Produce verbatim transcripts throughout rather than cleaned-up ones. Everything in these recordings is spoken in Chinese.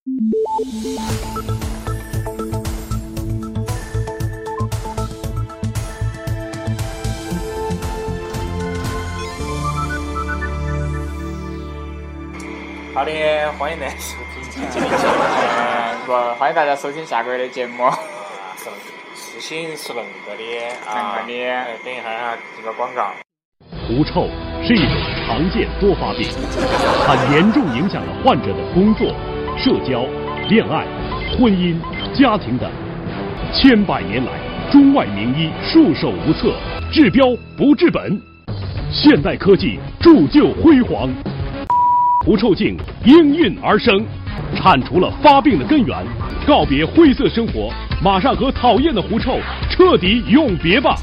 好的，欢迎来收听这期节目。 不，欢迎大家收听下个月的节目。 事情是恁个的啊， 恁个的。哎，等一下哈，这个广告。 狐臭是一种常见多发病，它严重影响了患者的工作、社交、恋爱、婚姻、家庭等。千百年来，中外名医束手无策，治标不治本。现代科技铸就辉煌。狐臭镜应运而生，铲除了发病的根源，告别灰色生活，马上和讨厌的狐臭彻底永别吧。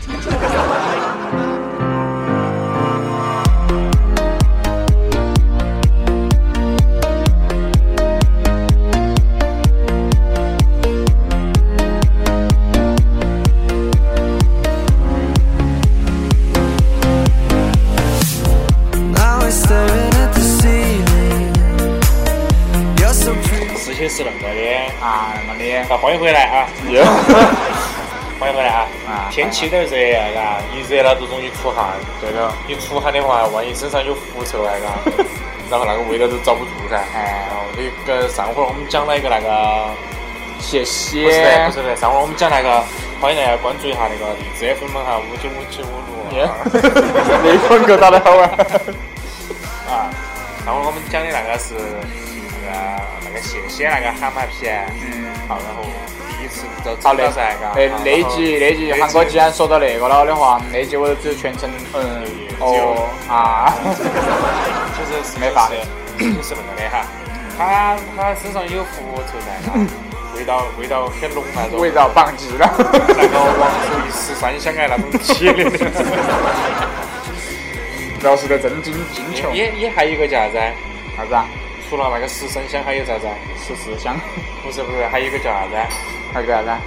是恁个的啊，那么的， 好，欢迎回来啊！欢迎回来啊！ 啊， 天气有点热啊，嘎，一热了就容易出汗。 对的， 一出汗的话，万一身上有狐臭啊，嘎，然后那个味道都找不住噻。 哎， 然后那个上会儿我们讲了一个那个， 谢谢。 不是的，不是的，上会儿我们讲那个，欢迎大家关注一下那个荔枝 F M 哈，五九五九五六。 那广告打得好啊！ 啊，上会儿我们讲的那个是。那个那个谢谢那个蛤蟆皮，嗯，好，然后第一次就找到噻，嘎。 哎，那一集那集韩哥既然说到那个了的话，那集我就只全程嗯哦啊， 其实是没法的， 是那个的哈，他他身上有狐臭噻，味道味道很浓那种， 味道棒极了， 那个王叔一吃三香哎那种气的， 描述的真精精确。 也也还有一个叫啥子？ 啥子啊？ 除了那个十三香，还有啥子？ 十四香？ 不是不是，还有一个叫啥子？ 还有个啥子？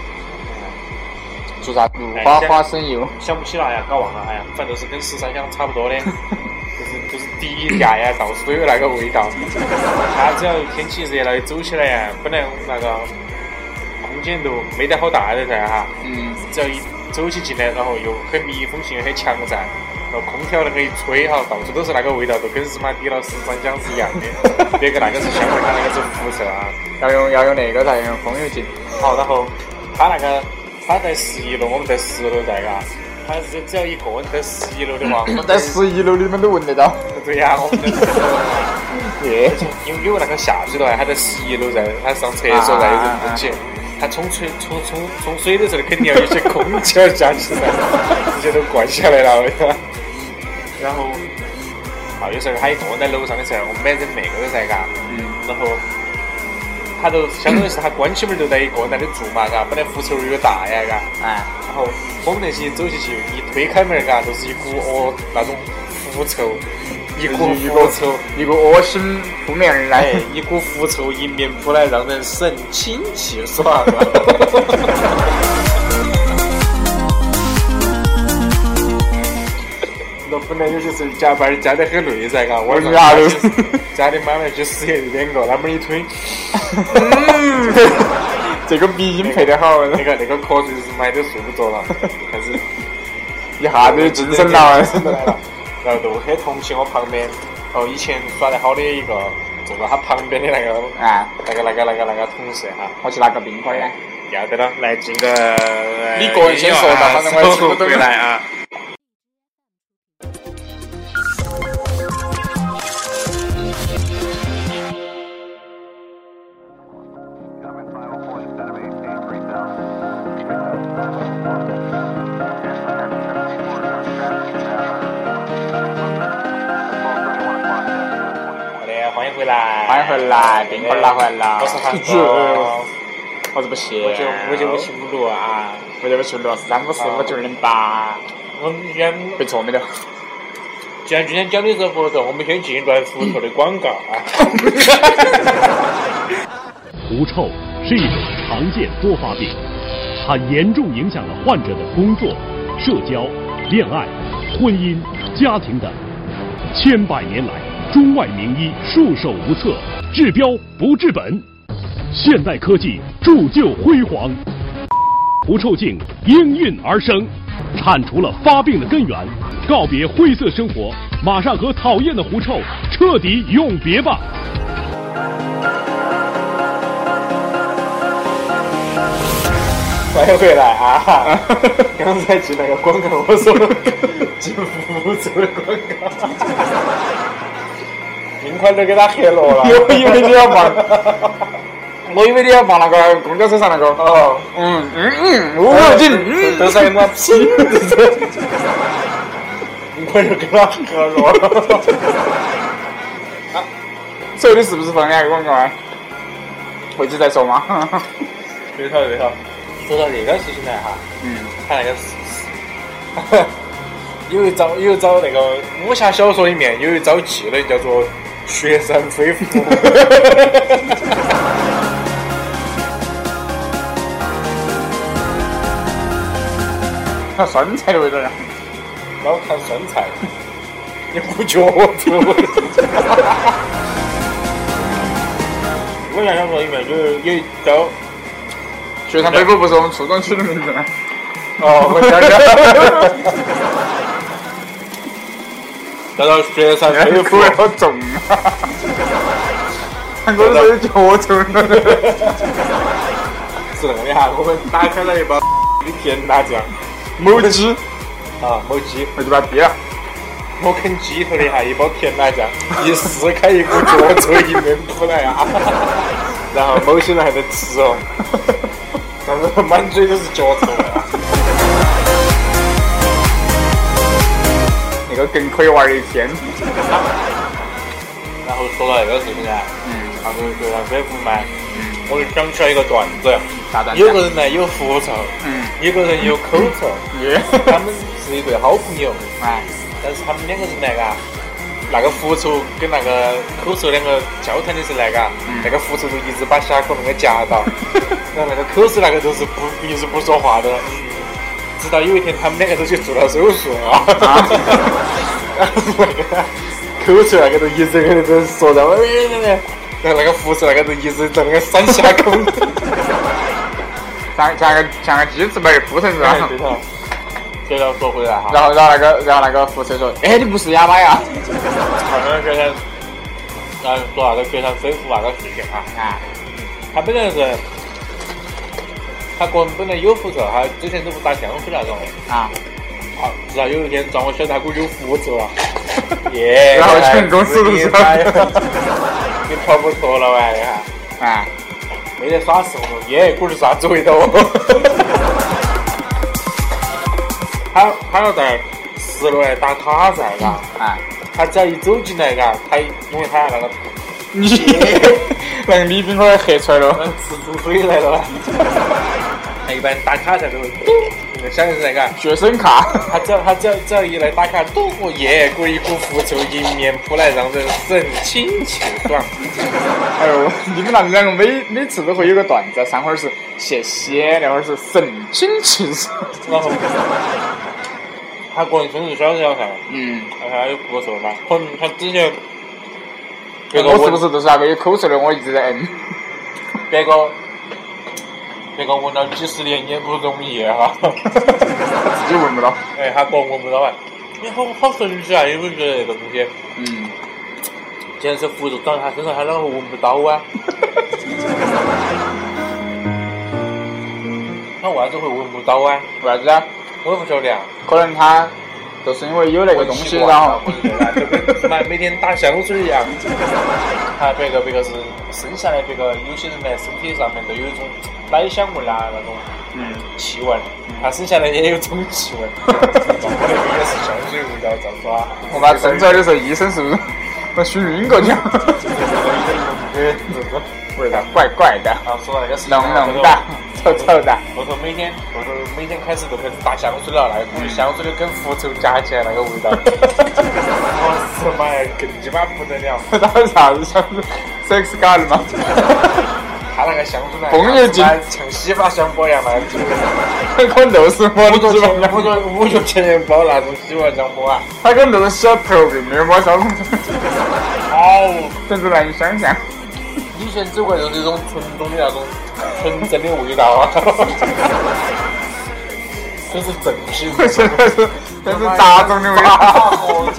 做啥？芦花花生油？ 想不起来呀，搞忘了。哎呀，反正都是跟十三香差不多的，就是就是低价呀，到处都有那个味道。它只要天气热了，走起来呀，本来那个空间都没得好大的噻哈。嗯。只要一走起进来，然后又很密封性很强噻。然后空调那个一吹哈，到处都是那个味道，都跟日妈滴了十三香是一样的。别个那个是香味，它那个是狐臭啊。 要用要用那个才用风油精。 好，然后他那个他在十一楼，我们在十楼在嘎。他是只要一个人在十一楼的话，我们在十一楼你们都闻得到。 对呀，我们在十一楼。耶，因为有那个下水道，他在十一楼在，他上厕所在有人进去。他冲水冲冲冲水的时候，肯定要有些空气要下去噻，直接都灌下来了。然后，啊，有时候他一个人在楼上的时候，我们没人那个的噻，嘎。嗯。然后，他都相当于是他关起门就在一个人在那住嘛，嘎。本来狐臭又大呀，嘎。哎。然后我们那些走进去，一推开门，嘎，都是一股哦那种狐臭，一股狐臭， 一股恶心扑面而来， 一股狐臭迎面扑来，让人神清气爽。那本来有些时候加班加得很累噻，嘎，晚上加的满满就十一两个，那么一推， 嗯，这个鼻音配得好， 那个那个瞌睡是买都睡不着了，但是一下子就精神了， 然后都很同情我旁边，哦，以前耍得好的一个坐到他旁边的那个啊，那个那个那个那个同事哈， 我去拿个冰块呀， 要得了，来进个， 你个人先说吧，反正我听不懂。 回来啊。欢迎回来， 欢迎回来，冰块拿回来了。 我是韩哥， 我是不谢。 五九五九五七五六啊， 五九五七五六三五四五九零八。 我们先被错没得。 既然今天讲的是活动，我们先进一段狐臭的广告啊。 狐臭是一种常见多发病，它严重影响了患者的工作、社交、恋爱、婚姻、家庭等。千百年来，中外名医束手无策，治标不治本。 现代科技铸就辉煌。狐臭净应运而生，铲除了发病的根源，告别灰色生活，马上和讨厌的狐臭彻底永别吧。 欢迎回来啊！刚才进那个广告，我说进福州的广告，尽快都给他黑了了。 我以为你要放，我以为你要放那个公交车上那个。 哦， 嗯嗯嗯，无尽，嗯， 都是那拼的，尽快就给他黑了。 啊，所以你是不是放两个广告啊？回去再说嘛。 对头对头。说到这个事情来哈， 嗯， 他那个是有一招有一招那个武侠小说里面有一招技能叫做雪山飞狐。 看酸菜的味道呀， 老看酸菜，你不觉我吐。武侠小说里面就有一招。 雪山飞狐不是我们初中取的名字吗？ 哦，我想想，叫做雪山飞狐， 好重啊！我都有脚重了。 是那个的哈，我们打开了一包甜辣酱， 某鸡啊，某鸡， 我就把它毙了。 我啃鸡头的哈，一包甜辣酱，一撕开一股脚臭迎面扑来啊！然后某些人还在吃哦。但是满嘴都是脚臭啊！ 那个更可以玩一天。 然后说到那个事情呢， 嗯， 他们雪山飞狐嘛，嗯，我就想起来一个段子， 啥段子？ 有个人呢有狐臭， 嗯， 有个人有口臭， 耶， 他们是一对好朋友， 哎， 但是他们两个人呢，嘎，那个狐臭跟那个口臭两个交谈的时候呢，嘎， 嗯、 那个狐臭就一直把小口那个夹到。然后那个口臭那个都是不一直不说话的，直到有一天他们两个都去做了手术啊，然后那个口臭那个都一直跟那说着，然后那个狐臭那个都一直在那个扇下口， 像像个像个鸡翅被扑成是吧？ 对头。接着说回来哈， 然后然后那个然后那个狐臭说：“哎，你不是哑巴呀？” 他们雪山，然后说那个雪山飞狐那个事情啊， 啊， 他本来是。他个人本来有狐臭，他之前都不打香水那种的啊。 好，直到有一天让我晓得他股有狐臭了，耶！ 然后全公司都知道， 你跑不脱了哇！你看， 啊， 没得耍什么，耶，股是啥子味道？他他要在十楼来打卡噻，嘎。 啊。 他只要一走进来，嘎，他因为他那个。 你那个李冰花黑出来了， 吃猪腿来了。他一般打卡才都会咚，那个响声那个学生卡。 他只要他只要只要一来打卡，咚，我耶，过一股狐臭迎面扑来，让人神清气爽。 哎呦，你们那两个每每次都会有个段子，上会儿是谢谢，那会儿是神清气爽。 然后他个人身体小小噻， 嗯， 他有狐臭嘛，可能他之前。 别个我是不是都是那个有口臭的？我一直在摁。 别个，别个闻了几十年也不容易哈。 自己闻不到。 哎，他个人闻不到啊！你好好神奇啊！有没有觉得这个东西？ 嗯。 既然是狐臭长在他身上，他啷个闻不到啊？他为啥子会闻不到啊？ 为啥子啊？ 我也不晓得啊。 可能他。就是因为有那个东西，然后就跟什么每天打香水一样，他别个别个是生下来，别个有些人呢身体上面都有一种奶香味啊那种嗯气味，他生下来也有种气味，我那个也是香水味道，照说。 我把生出来的时候，医生是不是我熏晕过去？味道怪怪的， 啊，说到那个事情， 浓浓的。臭臭的， 我说每天，我说每天开始都开始打香水了，那个估计香水的跟狐臭加起来那个味道，我是妈呀，更鸡巴不得了！ 那是啥子香水 ？Sex God 吗？ 他那个香水呢， 风油精， 像洗发香包一样那个，可能都是我的洗发香包，五角钱一包那种洗发香包啊， 它跟那个小头跟面包效果， 好， 简直难以想象。 你以前走过来就是一种纯种的那种纯正的味道啊，这是正品， 这是这是杂种的味道。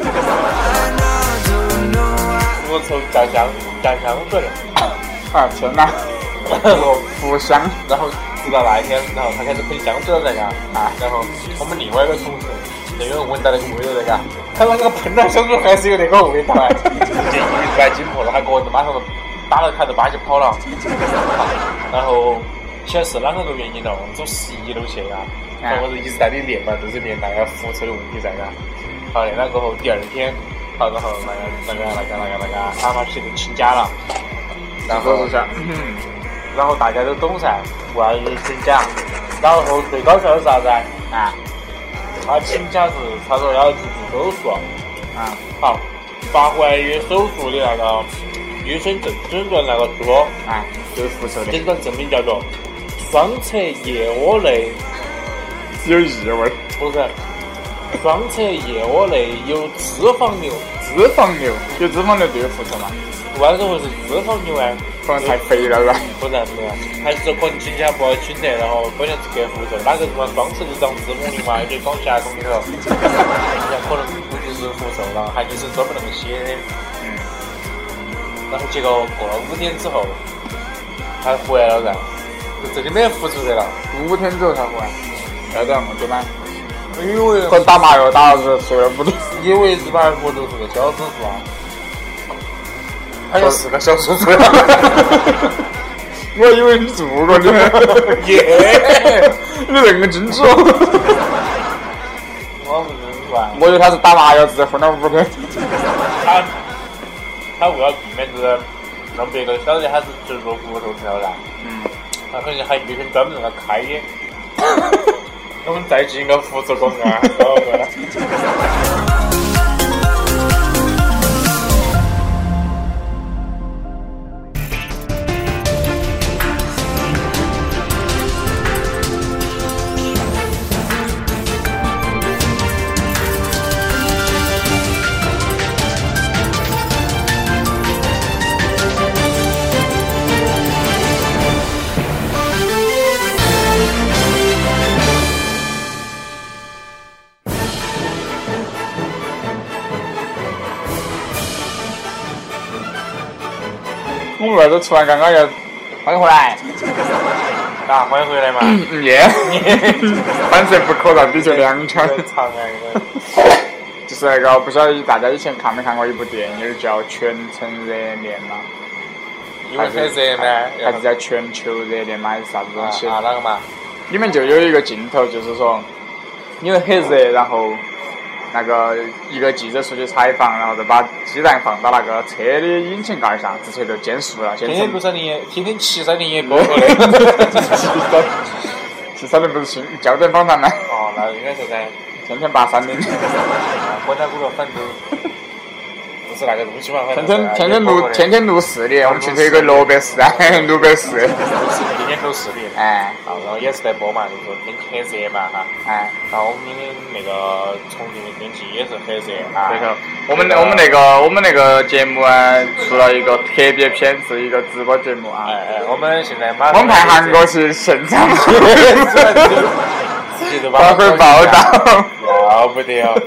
我抽酱香酱香水啊天哪！福香， 然后直到那一天，然后他开始喷香水了，噻嘎， 啊， 然后我们另外一个同事就有人闻到那个味道，噻嘎，他那个喷了香水还是有那个味道哎，就一把紧迫了，他个子马上就打了卡就巴起跑了，然后晓得是啷个个原因了？我们走十一楼去啊，然后我是一直在里练嘛，都是练那个扶手的问题噻嘎，好练了过后第二天，好然后那个那个那个那个那个阿玛西就请假了，然后嗯。然后大家都懂噻，万一请假，然后最搞笑的是啥子啊？他请假是他说要去做手术， 啊， 好，把怀孕手术的那个医生证诊断那个书， 啊，就是扶手的诊断证明叫做双侧腋窝内有异味， 不是，双侧腋窝内有脂肪瘤， 脂肪瘤，有脂肪瘤就有扶手嘛？ 为啥子会是脂肪瘤啊？ 可能太肥了是吧？ 不然不然，还是说可能请假不好请的，然后关键是给扶手，哪个地方双侧就长脂肪瘤嘛，就装下桶里头，人家可能不就是扶手了，还就是专门那么写的。 嗯。 然后结果过了五天之后，他回来了噻，就真的没扶出来了。 五天之后才回来，要得那么久吗？ 因为可能打麻药打了是睡了五天。 因为日本佛都是个小手术啊。还有四个小手术， 我以为你做过的， 耶， 你那个精致哦。 我不是吧？ 我以为他是打麻药直接昏了五天。 他他为了避免就是让别个晓得他是植入骨头条的， 嗯， 他可能还医生专门让他开的。我们再进一个扶手广告，好过了。 我们外头突然刚刚要欢迎回来， 啊，欢迎回来嘛！ 嗯耶，反正不可能比就两场。 长啊， 就是那个不晓得大家以前看没看过一部电影叫《全城热恋》嘛？ 因为很热嘛， 还是叫《全球热恋》嘛？还是啥子东西？ 啊，哪个嘛？ 里面就有一个镜头，就是说因为很热，然后那个一个记者出去采访，然后就把鸡蛋放到那个车的引擎盖上，直接就煎熟了。 天天不三零，天天七三零也播过的。 七三零不是新焦点访谈吗？ 哦，那应该是噻。 天天八三零。 国家股票反正不是那个东西嘛， 天天天天录天天录视力，我们去这个罗贝视啊，罗贝视。 天天录视力。 哎。 然后也是在播嘛，就是说天气很热嘛哈。 哎。 然后我们的那个重庆的天气也是很热啊。 对头。我们我们那个我们那个节目啊，出了一个特别篇，是一个直播节目啊。 哎哎，我们现在马上。 我们派韩国去现场。 发挥报道。 要不得哦。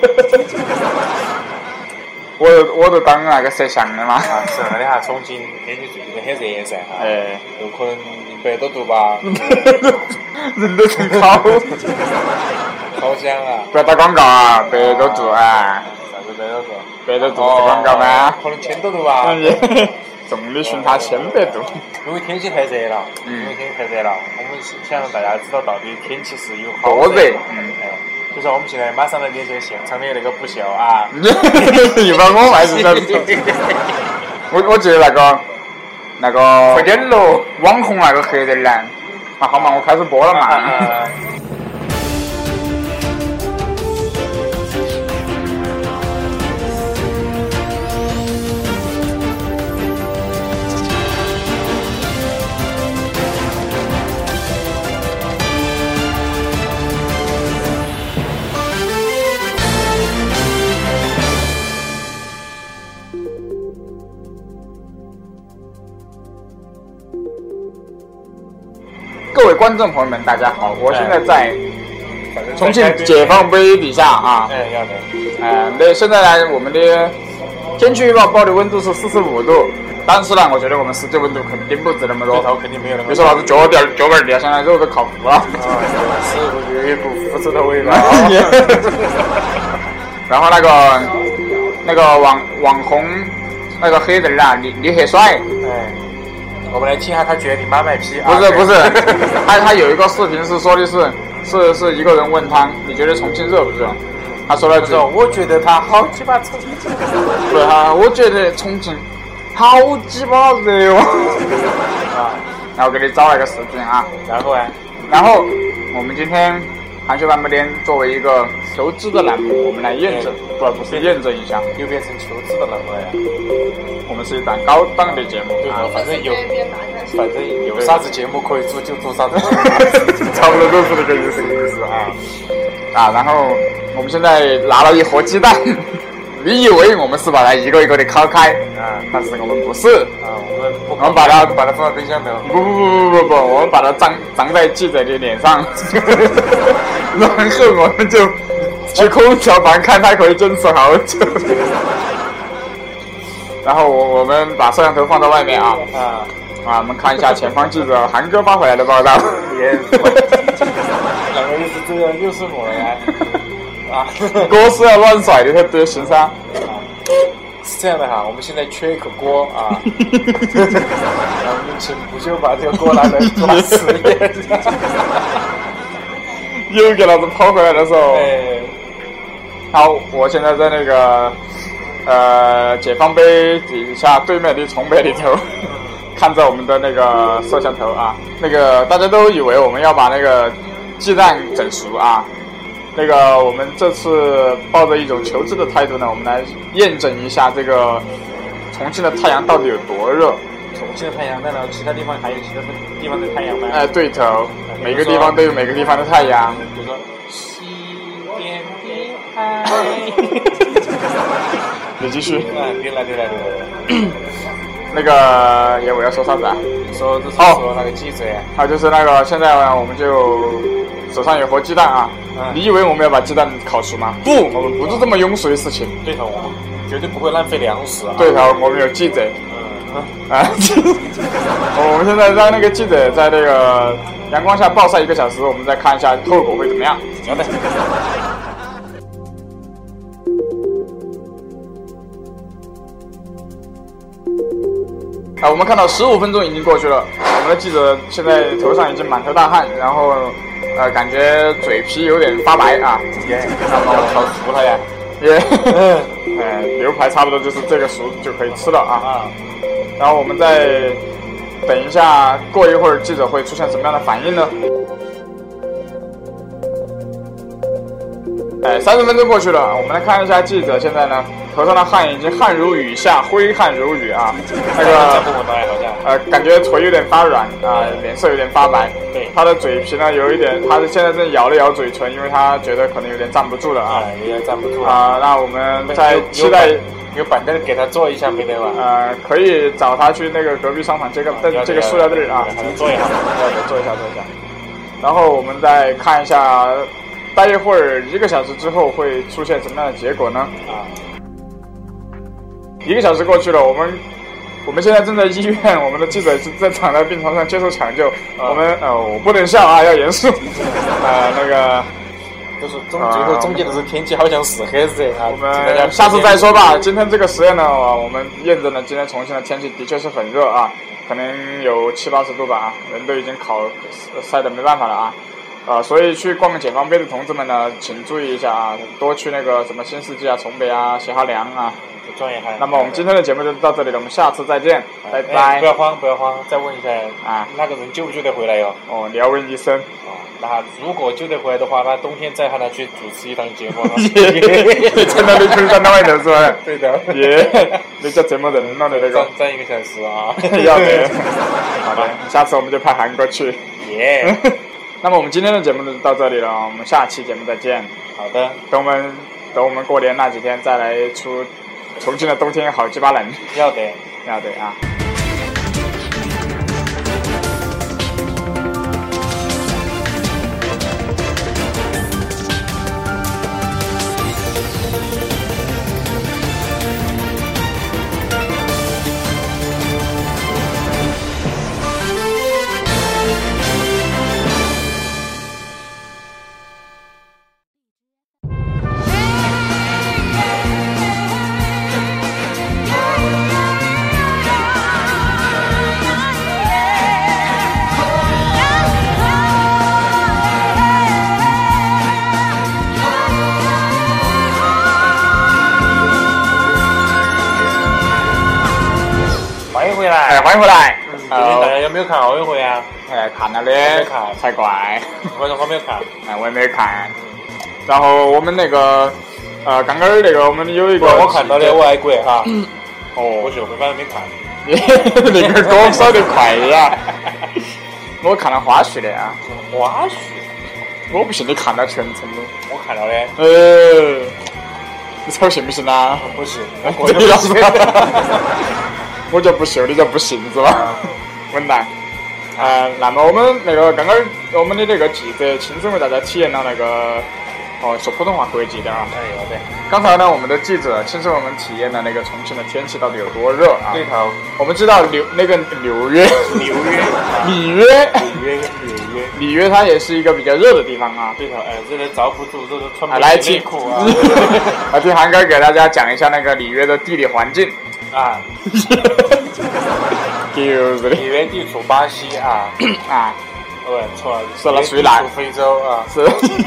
我我都当那个摄像的嘛。 啊，是那的哈，重庆天气最近很热噻哈。 哎。 有可能一百多度吧。 人都成烤。 烤箱啊！ 不要打广告啊！百多度啊！ 啥子百多度？ 百多度是广告吗？ 可能千多度吧。 重力巡查千百度。 因为天气太热了， 嗯， 因为天气太热了，我们想让大家知道到底天气是有好多热。 嗯，哎，所以说我们现在马上来连线现场的那个不秀啊。 又把我外是我我记得那个那个快点喽， 网红那个黑人男，啊好嘛，我开始播了嘛。 各位观众朋友们，大家好，我现在在反正重庆解放碑底下啊。 哎，要的。 呃，那现在呢，我们的天气预报报的温度是四十五度，但是呢，我觉得我们实际温度肯定不止那么多， 对头肯定没有那么多。 别说老子脚点脚板底下现在肉都烤糊了， 啊，是有一股腐蚀的味道。 然后那个那个网网红那个黑人啊，李李黑帅。 哎。我们来听下他觉得你妈卖批啊？ 不是不是，他他有一个视频是说的是是是一个人问他，你觉得重庆热不热？他说了句， 我觉得他好鸡巴重庆。 不是哈，我觉得重庆好鸡巴热哦。 啊， 然后给你找了一个视频啊， 然后啊， 然后我们今天韩雪半步颠作为一个求知的栏目，我们来验证，不不是验证一下， 又变成求知的栏目了呀。 我们是一档高档的节目， 对啊，反正有，反正有啥子节目可以做就做啥子节目， 差不多都是这个意思意思啊啊！然后我们现在拿了一盒鸡蛋，你以为我们是把它一个一个的烤开啊？但是我们不是啊，我们我们把它把它放到冰箱头， 不不不不不不，我们把它长长在记者的脸上，然后我们就去空调房看它可以坚持好久。然后我我们把摄像头放到外面啊啊啊！我们看一下前方记者韩哥发回来的报道。 也，两个意思，这个又是我了呀！啊， 锅是要乱甩的，对，行噻。 是这样的哈，我们现在缺一口锅啊，然后我们请不就把这个锅拿来做实验。 又给老子抛回来的时候， 哎， 好，我现在在那个。呃，解放碑底下对面的崇北里头，看着我们的那个摄像头啊，那个大家都以为我们要把那个鸡蛋整熟啊，那个我们这次抱着一种求知的态度呢，我们来验证一下这个重庆的太阳到底有多热。 重庆的太阳，难道其他地方还有其他地方的太阳吗？ 哎，对头，每个地方都有每个地方的太阳。 比如说西边的海。 你继续。 啊，对了对了对了。 那个也我要说啥子啊？ 说这是说那个记者呀。 还有就是那个现在呢，我们就手上有盒鸡蛋啊。嗯、你以为我们要把鸡蛋烤熟吗？不，我们不是这么庸俗的事情。 对头，我们绝对不会浪费粮食啊。 对头，我们有记者。嗯啊，我们现在让那个记者在那个阳光下暴晒一个小时，我们再看一下后果会怎么样。 好的。 啊，我们看到十五分钟已经过去了，我们的记者现在头上已经满头大汗，然后呃，感觉嘴皮有点发白啊。 耶，那么我烤熟了呀。 耶，哎，牛排差不多就是这个熟就可以吃了啊。啊。然后我们再等一下，过一会儿记者会出现什么样的反应呢？哎，三十分钟过去了，我们来看一下记者现在呢，头上的汗已经汗如雨下，挥汗如雨啊。那个呃，感觉腿有点发软啊，脸色有点发白。 对， 他的嘴皮呢有一点，他现在正咬了咬嘴唇，因为他觉得可能有点站不住了啊， 有点站不住了啊。那我们在期待有板凳给他坐一下没得吧？ 呃，可以找他去那个隔壁商场借个凳，这个塑料凳啊， 坐一下， 要得坐一下坐一下。然后我们再看一下。待一会儿，一个小时之后会出现什么样的结果呢？啊，一个小时过去了，我们我们现在正在医院，我们的记者是在躺在病床上接受抢救。啊、我们呃，我不能笑啊，要严肃。啊，那个都是终最后终结的是天气好像是很热啊。 我们下次再说吧。今天这个实验呢，我们验证了今天重庆的天气的确是很热啊，可能有七八十度吧啊，人都已经烤晒得没办法了啊。啊、呃，所以去逛解放碑的同志们呢，请注意一下啊，多去那个什么新世纪啊、崇北啊、西哈梁啊， 专业哈。 那么我们今天的节目就到这里了，我们下次再见，拜拜。 哎、不要慌，不要慌，再问一下啊，那个人救不救得回来哟？ 哦，你要问医生。 哦，那如果救得回来的话，那冬天再喊他去主持一档节目。 耶，真的你可以站到外头是吧？ 对的。 耶，你叫节目人了你那个。 站站一个小时啊。 要的。好的，下次我们就派韩国去。 耶。 那么我们今天的节目就到这里了，我们下期节目再见。 好的， 等我们等我们过年那几天再来出重庆的冬天好鸡巴冷。 要得， 要得啊。 欢迎回来。 最近大家有没有看奥运会啊？ 哎，看了的， 没看才怪。 反正我没有看， 哎，我也没看。然后我们那个，呃，刚刚那个我们有一个， 我看到的《我爱国》哈。 哦， 我就反正没看。 那个歌烧得快呀！我看了花絮的啊。 花絮？ 我不信你看了全程的。 我看了的。 呃，你瞅信不信啊？ 不信。 我就不信。我就不信，你就不信是吧？稳当。呃，那么我们那个刚刚我们的这个记者亲身为大家体验了那个哦，说普通话可以记点啊。 哎，要得。 刚才呢，我们的记者亲身为我们体验了那个重庆的天气到底有多热啊。 对头。 我们知道纽那个纽约、 纽约、 里约、 里约、纽约、 里约，它也是一个比较热的地方啊。 对头，哎，这个遭不住，这个穿不来起内裤啊。 来听韩哥给大家讲一下那个里约的地理环境啊。 就是的。 里约地处巴西啊。 啊。 对，错了， 是了，属于哪？ 非洲啊。 是。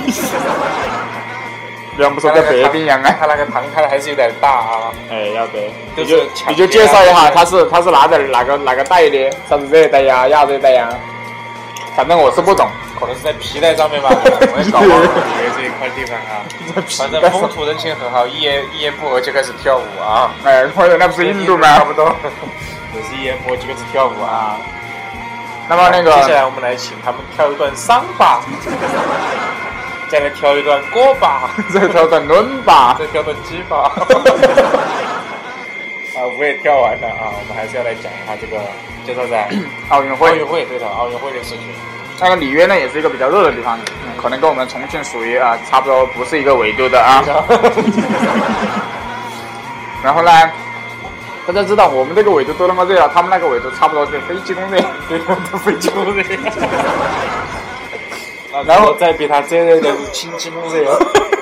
人不说跟白冰一样啊。 他那个汤开的还是有点大啊。 哎，要得。 你就你就介绍一下，它是它是哪点哪个哪个带的？啥子热带呀、亚热带呀？反正我是不懂。 可能是在皮带上面吧，我也搞不懂里约这一块地方啊。反正风土人情很好，一言一言不合就开始跳舞啊。 哎，或者那不是印度吗？ 差不多。就是一言不合就开始跳舞啊。 那么那个， 接下来我们来请他们跳一段桑巴，再来跳一段锅巴， 再跳段伦巴， 再跳段鸡巴。啊，舞也跳完了啊，我们还是要来讲一下这个，介绍在奥运会。 奥运会对的，奥运会的事情。 那个里约呢，也是一个比较热的地方，嗯、可能跟我们重庆属于啊、呃、差不多不是一个纬度的啊。然后呢，大家知道我们这个纬度都那么热了，他们那个纬度差不多是飞机工热， 对，都飞机工热。然后再比他这热就是氢气工热。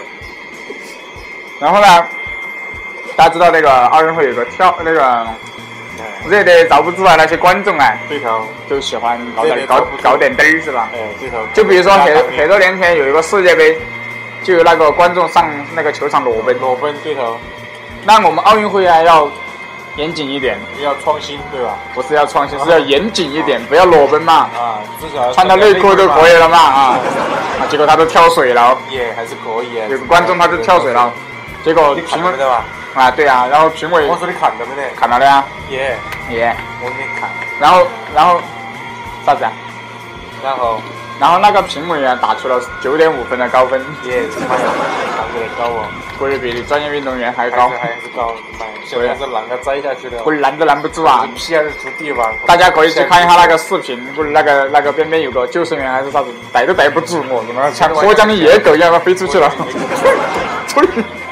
然后呢，大家知道那个奥运会有个跳那个。热的遭不住啊！那些观众啊， 对头， 就喜欢搞点搞搞点嘚儿是吧？ 哎，对头。 就比如说很很多年前有一个世界杯，就有那个观众上那个球场裸奔。 裸奔，对头。 那我们奥运会啊要严谨一点， 要创新，对吧？ 不是要创新，是要严谨一点，不要裸奔嘛。 啊，至少穿条内裤就可以了嘛啊！啊，结果他都跳水了。 也还是可以啊。 有个观众他就跳水了，结果评委对吧？ 啊，对啊，然后评委我说你看到没得？ 看到了呀。 耶耶， 我没看。 然后，然后啥子啊？ 然后， 然后那个评委啊打出了九点五分的高分。 耶，这妈呀，看有点高哦。 果然比专业运动员还高。 还是高，妈呀！现在是拦个摘下去的。 不拦都拦不住啊！ 皮还是出地方。 大家可以去看一下那个视频，不是那个那个边边有个救生员还是啥子，逮都逮不住我，怎么像脱缰的野狗一样的飞出去了？吹！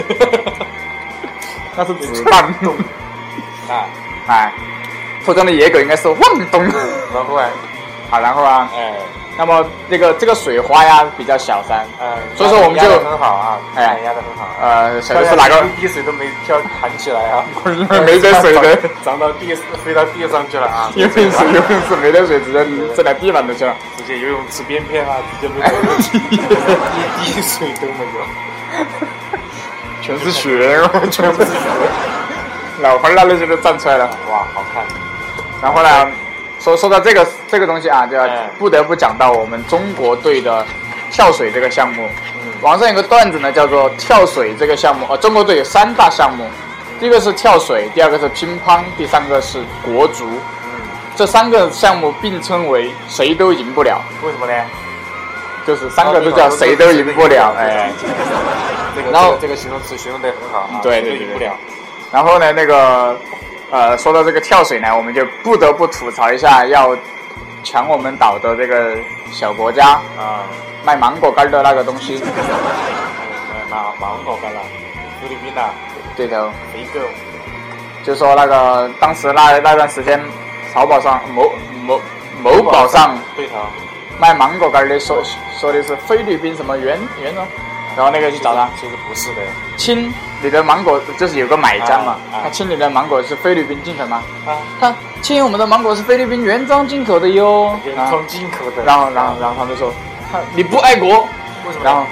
那是子弹洞啊！ 哎，脱缰的野狗应该是汪东。 然后啊， 好，然后啊， 哎， 那么这个这个水花呀比较小噻， 嗯， 所以说我们就很好啊，哎，压得很好。 呃，小的是哪个？ 一滴水都没跳弹起来啊， 因为没得水的， 涨到地飞到地上去了啊！ 因为是游泳池没得水，直接站在地板头去了， 直接游泳池边片啊，直接没有一滴水都没有。 全是血，全部是血，老花那那些都站出来了， 哇，好看。 然后呢，说说到这个这个东西啊，就要不得不讲到我们中国队的跳水这个项目。嗯、网上有个段子呢，叫做跳水这个项目。哦，中国队有三大项目，第一个是跳水，第二个是乒乓，第三个是国足。嗯，这三个项目并称为谁都赢不了。 为什么呢？ 就是三个都叫谁都赢不了，哎。 这个然后这个形容词形容得很好啊， 对对对， 赢不了。 然后呢，那个呃，说到这个跳水呢，我们就不得不吐槽一下要抢我们岛的这个小国家啊，卖芒果干的那个东西。 芒芒果干了，菲律宾的。 对头。 肥狗。 就说那个当时那那段时间，淘宝上某某某宝上对头卖芒果干的说说的是菲律宾什么原原呢？然后那个去找他， 其实不是的。 亲，你的芒果就是有个买家嘛，他亲你的芒果是菲律宾进口吗？啊，他亲我们的芒果是菲律宾原装进口的哟， 原装进口的。 然后然后然后他们说，你不爱国， 为什么？ 然后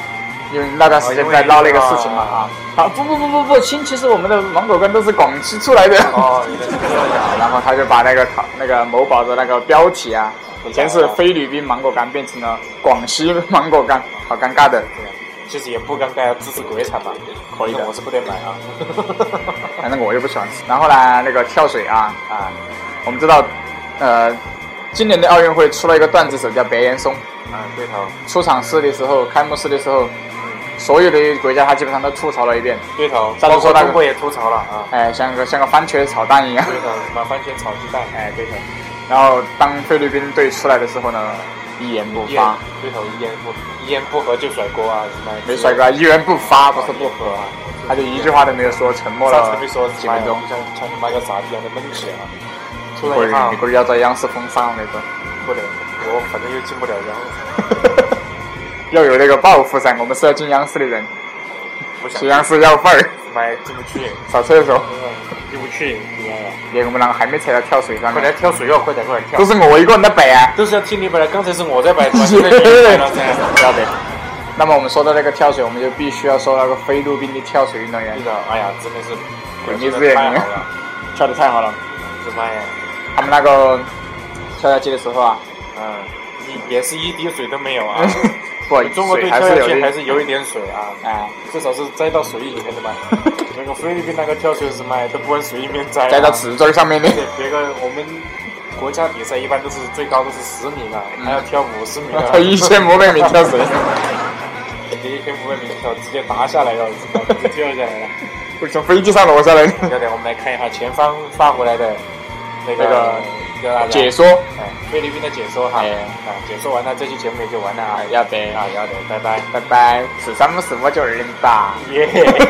因为那段时间在闹那个事情嘛啊。啊不不不不不，亲，其实我们的芒果干都是广西出来的。 哦， 然后他就把那个那个某宝的那个标题啊，以前是菲律宾芒果干变成了广西芒果干，好尴尬的。 其实也不尴尬，要支持国产吧， 可以的， 我是不得买啊。 反正我又不喜欢吃。然后呢，那个跳水啊啊，我们知道，呃，今年的奥运会出了一个段子手叫白岩松。 啊，对头。 出场式的时候，开幕式的时候。所有的国家他基本上都吐槽了一遍， 对头， 包括中国也吐槽了啊， 哎，像个像个番茄炒蛋一样， 对头，把番茄炒鸡蛋， 哎，对头。然后当菲律宾队出来的时候呢，一言不发， 对头，一言不一言不合就甩锅啊，什么没甩锅，一言不发不是不和啊，他就一句话都没有说，沉默了几分钟， 像像你妈个傻逼一样的闷起啊， 突然一下，你估计要在央视封杀那种， 不能，我反正又进不了央视。 要有那个抱负噻，我们是要进央视的人，去央视要份儿， 买进不去， 扫厕所， 进不去， 连我们两个还没踩到跳水上， 快点跳水哦，快点快点跳！ 都是我一个人在摆啊， 都是要听你摆的，刚才是我在摆， 不要摆。那么我们说到那个跳水，我们就必须要说那个菲律宾的跳水运动员， 哎呀，真的是鬼迷日眼，跳得太好了， 是妈呀！ 他们那个跳下去的时候啊， 嗯，也是一滴水都没有啊。 不， 中国队跳下去还是有一点水啊， 哎， 至少是栽到水里面的嘛。那个菲律宾那个跳水是嘛，都不往水里面栽， 栽到瓷砖上面的。 别个我们国家比赛一般都是最高都是十米嘛，还要跳五十米啊， 他一千五百米跳水， 人家一千五百米跳直接打下来了，直接跳下来了， 会从飞机上落下来的。 对对，我们来看一下前方发回来的那个。 解说， 哎，菲律宾的解说哈，啊，解说完了，这期节目也就完了啊， 要得啊，要得，拜拜， 拜拜，十三五十五九二零八， 耶，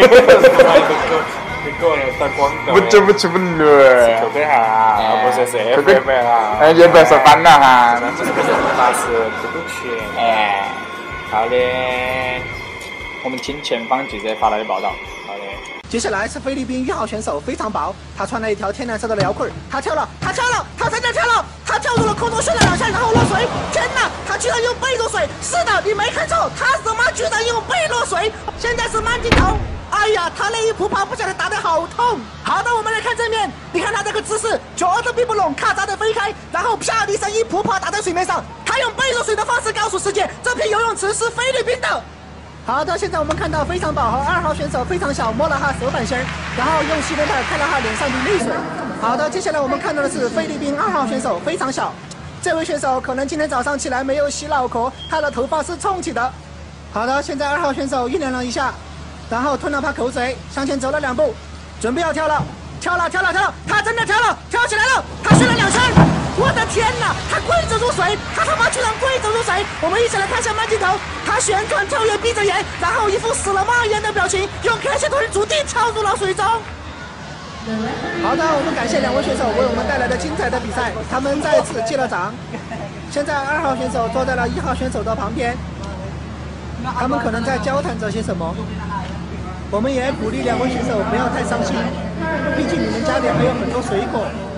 你够了，打广告， 不就不吃不乱， 扣个哈，啊，不是是 F M 啊， 哎，也不要说反了哈， 这是不是那是不够全， 哎， 好的， 我们听前方记者发来的报道， 好的。 接下来是菲律宾一号选手非常薄，他穿了一条天蓝色的辽裤，他跳了，他跳了，他在这跳了，他跳入了空中旋了两下，然后落水。天哪，他居然用背落水！是的，你没看错，他怎么居然用背落水？现在是慢镜头。哎呀，他那一扑跑不晓得打得好痛。好的，我们来看正面，你看他这个姿势，脚都闭不拢，咔嚓的飞开，然后啪的一声一扑跑打在水面上。他用背落水的方式告诉世界，这片游泳池是菲律宾的。好的，现在我们看到非常饱和二号选手非常小，摸了他手板心，然后用吸尘袋看了他脸上的泪水。好的，接下来我们看到的是菲律宾二号选手非常小，这位选手可能今天早上起来没有洗脑壳，他的头发是冲起的。好的，现在二号选手酝酿了一下，然后吞了把口水，向前走了两步，准备要跳了，跳了，跳了，跳了，他真的跳了，跳起来了，他旋了两圈。我的天哪！他跪着入水，他他妈居然跪着入水！我们一起来看下慢镜头，他旋转跳跃，闭着眼，然后一副死了妈一样的表情，用开心腿逐地跳入了水中。好的，我们感谢两位选手为我们带来的精彩的比赛，他们再次击了掌。现在二号选手坐在了一号选手的旁边，他们可能在交谈着些什么。我们也鼓励两位选手不要太伤心，毕竟你们家里还有很多水果。